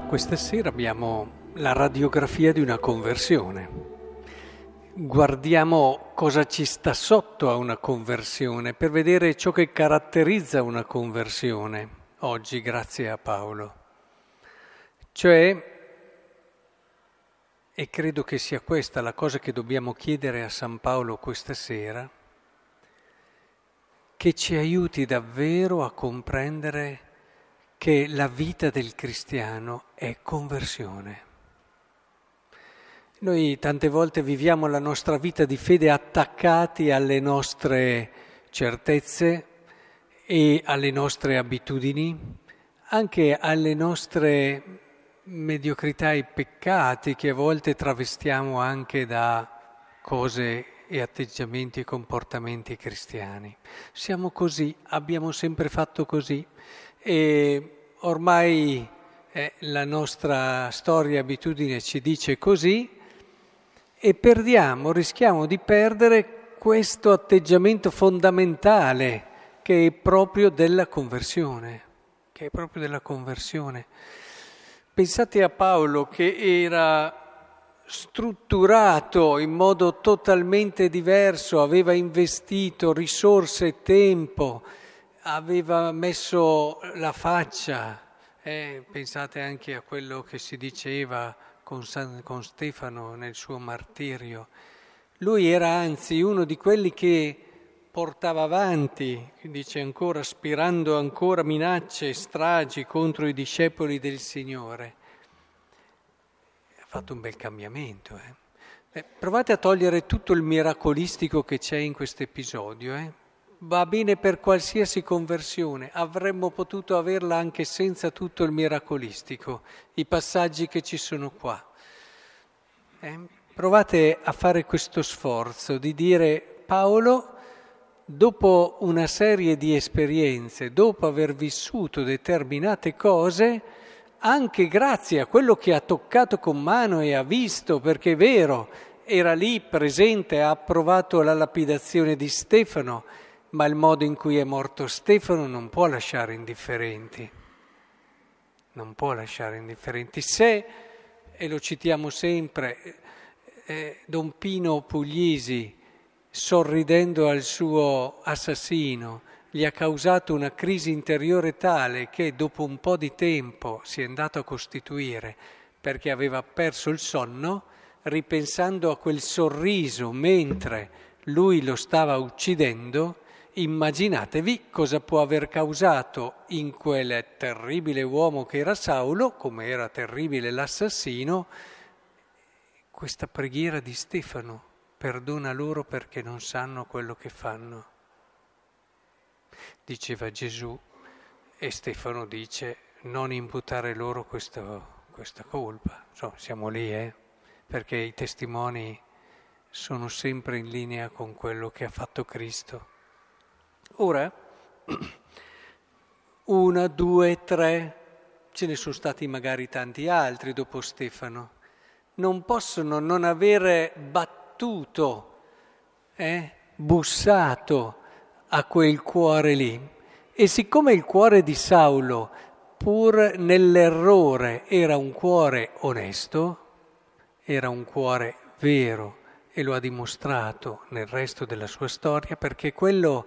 Questa sera abbiamo la radiografia di una conversione. Guardiamo cosa ci sta sotto a una conversione per vedere ciò che caratterizza una conversione oggi, grazie a Paolo. Cioè, e credo che sia questa la cosa che dobbiamo chiedere a San Paolo questa sera, che ci aiuti davvero a comprendere che la vita del cristiano è conversione. Noi tante volte viviamo la nostra vita di fede attaccati alle nostre certezze e alle nostre abitudini, anche alle nostre mediocrità e peccati che a volte travestiamo anche da cose e atteggiamenti e comportamenti cristiani. Siamo così, abbiamo sempre fatto così. E ormai la nostra storia e abitudine ci dice così e rischiamo di perdere questo atteggiamento fondamentale che è proprio della conversione, Pensate a Paolo che era strutturato in modo totalmente diverso, aveva investito risorse e tempo, aveva messo la faccia, pensate anche a quello che si diceva con Stefano nel suo martirio. Lui era anzi uno di quelli che portava avanti, dice ancora, spirando ancora minacce e stragi contro i discepoli del Signore. Ha fatto un bel cambiamento. Provate a togliere tutto il miracolistico che c'è in questo episodio, Va bene per qualsiasi conversione, avremmo potuto averla anche senza tutto il miracolistico, i passaggi che ci sono qua. Provate a fare questo sforzo di dire: Paolo, dopo una serie di esperienze, dopo aver vissuto determinate cose, anche grazie a quello che ha toccato con mano e ha visto, perché è vero, era lì presente, ha approvato la lapidazione di Stefano, ma il modo in cui è morto Stefano non può lasciare indifferenti. Se, e lo citiamo sempre, Don Pino Puglisi, sorridendo al suo assassino, gli ha causato una crisi interiore tale che dopo un po' di tempo si è andato a costituire perché aveva perso il sonno, ripensando a quel sorriso mentre lui lo stava uccidendo. Immaginatevi cosa può aver causato in quel terribile uomo che era Saulo, come era terribile l'assassino, questa preghiera di Stefano: perdona loro perché non sanno quello che fanno. Diceva Gesù e Stefano dice: non imputare loro questa colpa. Siamo lì, perché i testimoni sono sempre in linea con quello che ha fatto Cristo. Ora, 1, 2, 3, ce ne sono stati magari tanti altri dopo Stefano, non possono non avere battuto, bussato a quel cuore lì. E siccome il cuore di Saulo, pur nell'errore, era un cuore onesto, era un cuore vero, e lo ha dimostrato nel resto della sua storia, perché quello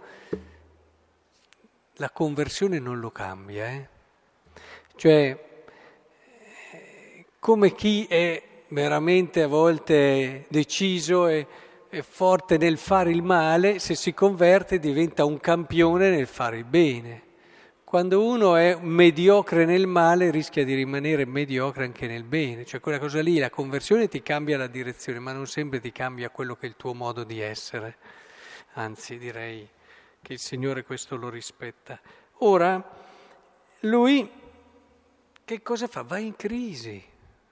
la conversione non lo cambia. Cioè, come chi è veramente a volte deciso e forte nel fare il male, se si converte diventa un campione nel fare il bene. Quando uno è mediocre nel male rischia di rimanere mediocre anche nel bene. Cioè quella cosa lì, la conversione ti cambia la direzione, ma non sempre ti cambia quello che è il tuo modo di essere. Anzi, direi che il Signore questo lo rispetta. Ora, lui che cosa fa? Va in crisi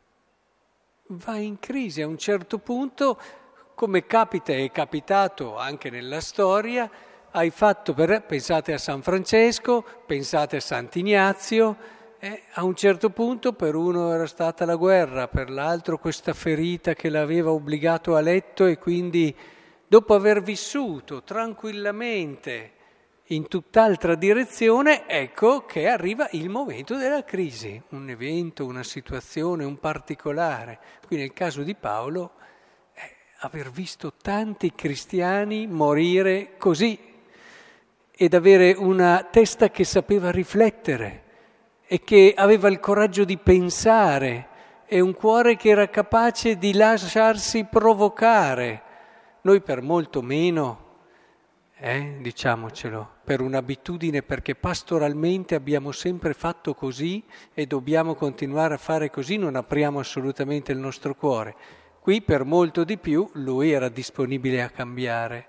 a un certo punto, come capita e è capitato anche nella storia. Pensate a San Francesco, pensate a Sant'Ignazio, a un certo punto per uno era stata la guerra, per l'altro questa ferita che l'aveva obbligato a letto, e quindi dopo aver vissuto tranquillamente in tutt'altra direzione, ecco che arriva il momento della crisi, un evento, una situazione, un particolare. Qui nel caso di Paolo, aver visto tanti cristiani morire così ed avere una testa che sapeva riflettere e che aveva il coraggio di pensare e un cuore che era capace di lasciarsi provocare. Noi per molto meno, diciamocelo, per un'abitudine, perché pastoralmente abbiamo sempre fatto così e dobbiamo continuare a fare così, non apriamo assolutamente il nostro cuore. Qui per molto di più lui era disponibile a cambiare.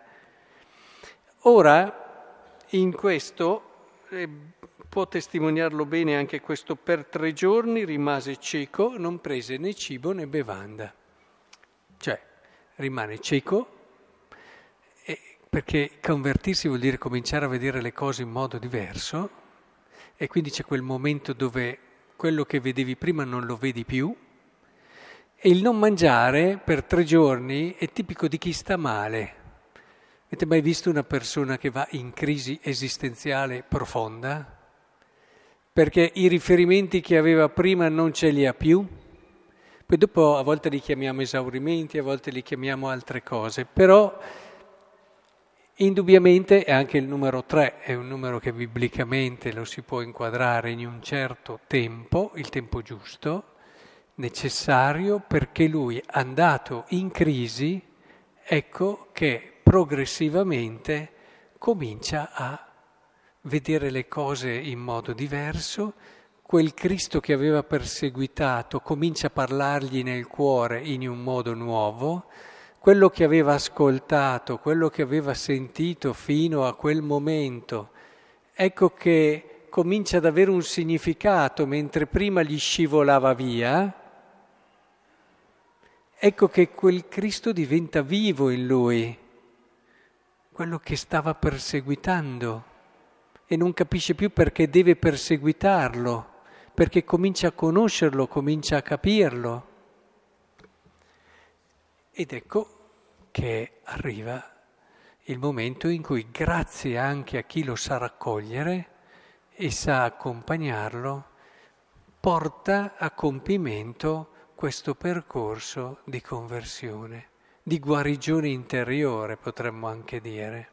Ora, in questo, può testimoniarlo bene anche questo, per 3 giorni rimase cieco, non prese né cibo né bevanda. Cioè, rimane cieco, perché convertirsi vuol dire cominciare a vedere le cose in modo diverso, e quindi c'è quel momento dove quello che vedevi prima non lo vedi più, e il non mangiare per 3 giorni è tipico di chi sta male. Avete mai visto una persona che va in crisi esistenziale profonda? Perché i riferimenti che aveva prima non ce li ha più. Poi dopo a volte li chiamiamo esaurimenti, a volte li chiamiamo altre cose, però indubbiamente anche il numero 3 è un numero che biblicamente lo si può inquadrare in un certo tempo, il tempo giusto, necessario, perché lui, andato in crisi, ecco che progressivamente comincia a vedere le cose in modo diverso. Quel Cristo che aveva perseguitato comincia a parlargli nel cuore in un modo nuovo. Quello che aveva ascoltato, quello che aveva sentito fino a quel momento, ecco che comincia ad avere un significato, mentre prima gli scivolava via. Ecco che quel Cristo diventa vivo in lui, quello che stava perseguitando, e non capisce più perché deve perseguitarlo, perché comincia a conoscerlo, comincia a capirlo. Ed ecco che arriva il momento in cui, grazie anche a chi lo sa raccogliere e sa accompagnarlo, porta a compimento questo percorso di conversione, di guarigione interiore, potremmo anche dire.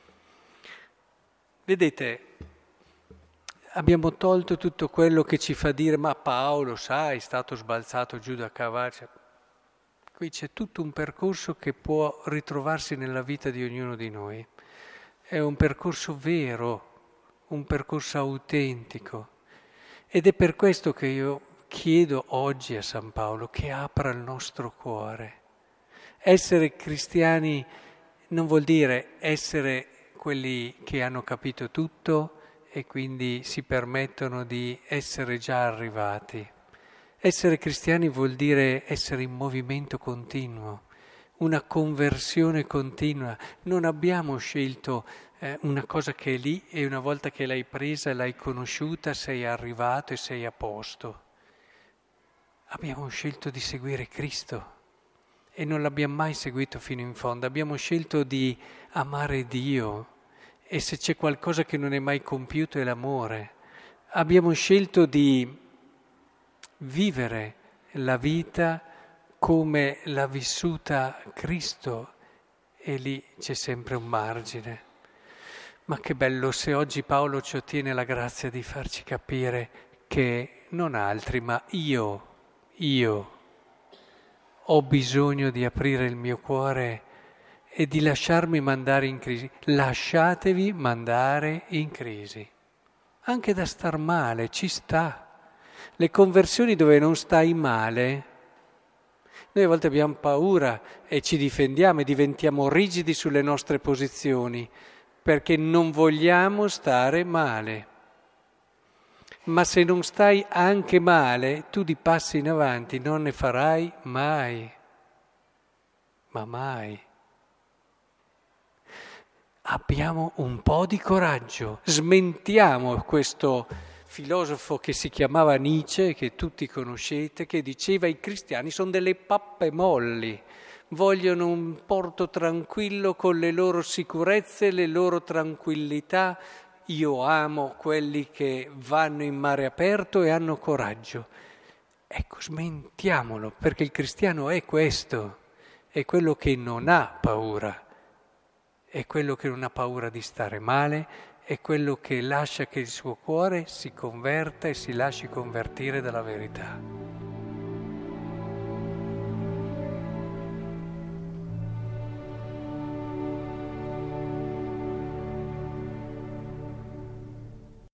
Vedete, abbiamo tolto tutto quello che ci fa dire ma Paolo, sai, è stato sbalzato giù da cavallo. Qui c'è tutto un percorso che può ritrovarsi nella vita di ognuno di noi. È un percorso vero, un percorso autentico. Ed è per questo che io chiedo oggi a San Paolo che apra il nostro cuore. Essere cristiani non vuol dire essere quelli che hanno capito tutto e quindi si permettono di essere già arrivati. Essere cristiani vuol dire essere in movimento continuo, una conversione continua. Non abbiamo scelto una cosa che è lì e una volta che l'hai presa e l'hai conosciuta sei arrivato e sei a posto. Abbiamo scelto di seguire Cristo e non l'abbiamo mai seguito fino in fondo. Abbiamo scelto di amare Dio e se c'è qualcosa che non è mai compiuto è l'amore. Abbiamo scelto di vivere la vita come l'ha vissuta Cristo e lì c'è sempre un margine. Ma che bello se oggi Paolo ci ottiene la grazia di farci capire che non altri, ma io ho bisogno di aprire il mio cuore e di lasciarmi mandare in crisi. Lasciatevi mandare in crisi. Anche da star male, ci sta. Le conversioni dove non stai male, noi a volte abbiamo paura e ci difendiamo e diventiamo rigidi sulle nostre posizioni perché non vogliamo stare male. Ma se non stai anche male, tu di passi in avanti non ne farai mai, ma mai. Abbiamo un po' di coraggio, smentiamo questo filosofo che si chiamava Nietzsche, che tutti conoscete, che diceva i cristiani sono delle pappe molli, vogliono un porto tranquillo con le loro sicurezze, le loro tranquillità, io amo quelli che vanno in mare aperto e hanno coraggio. Ecco, smentiamolo, perché il cristiano è questo, è quello che non ha paura, è quello che non ha paura di stare male, è quello che lascia che il suo cuore si converta e si lasci convertire dalla verità.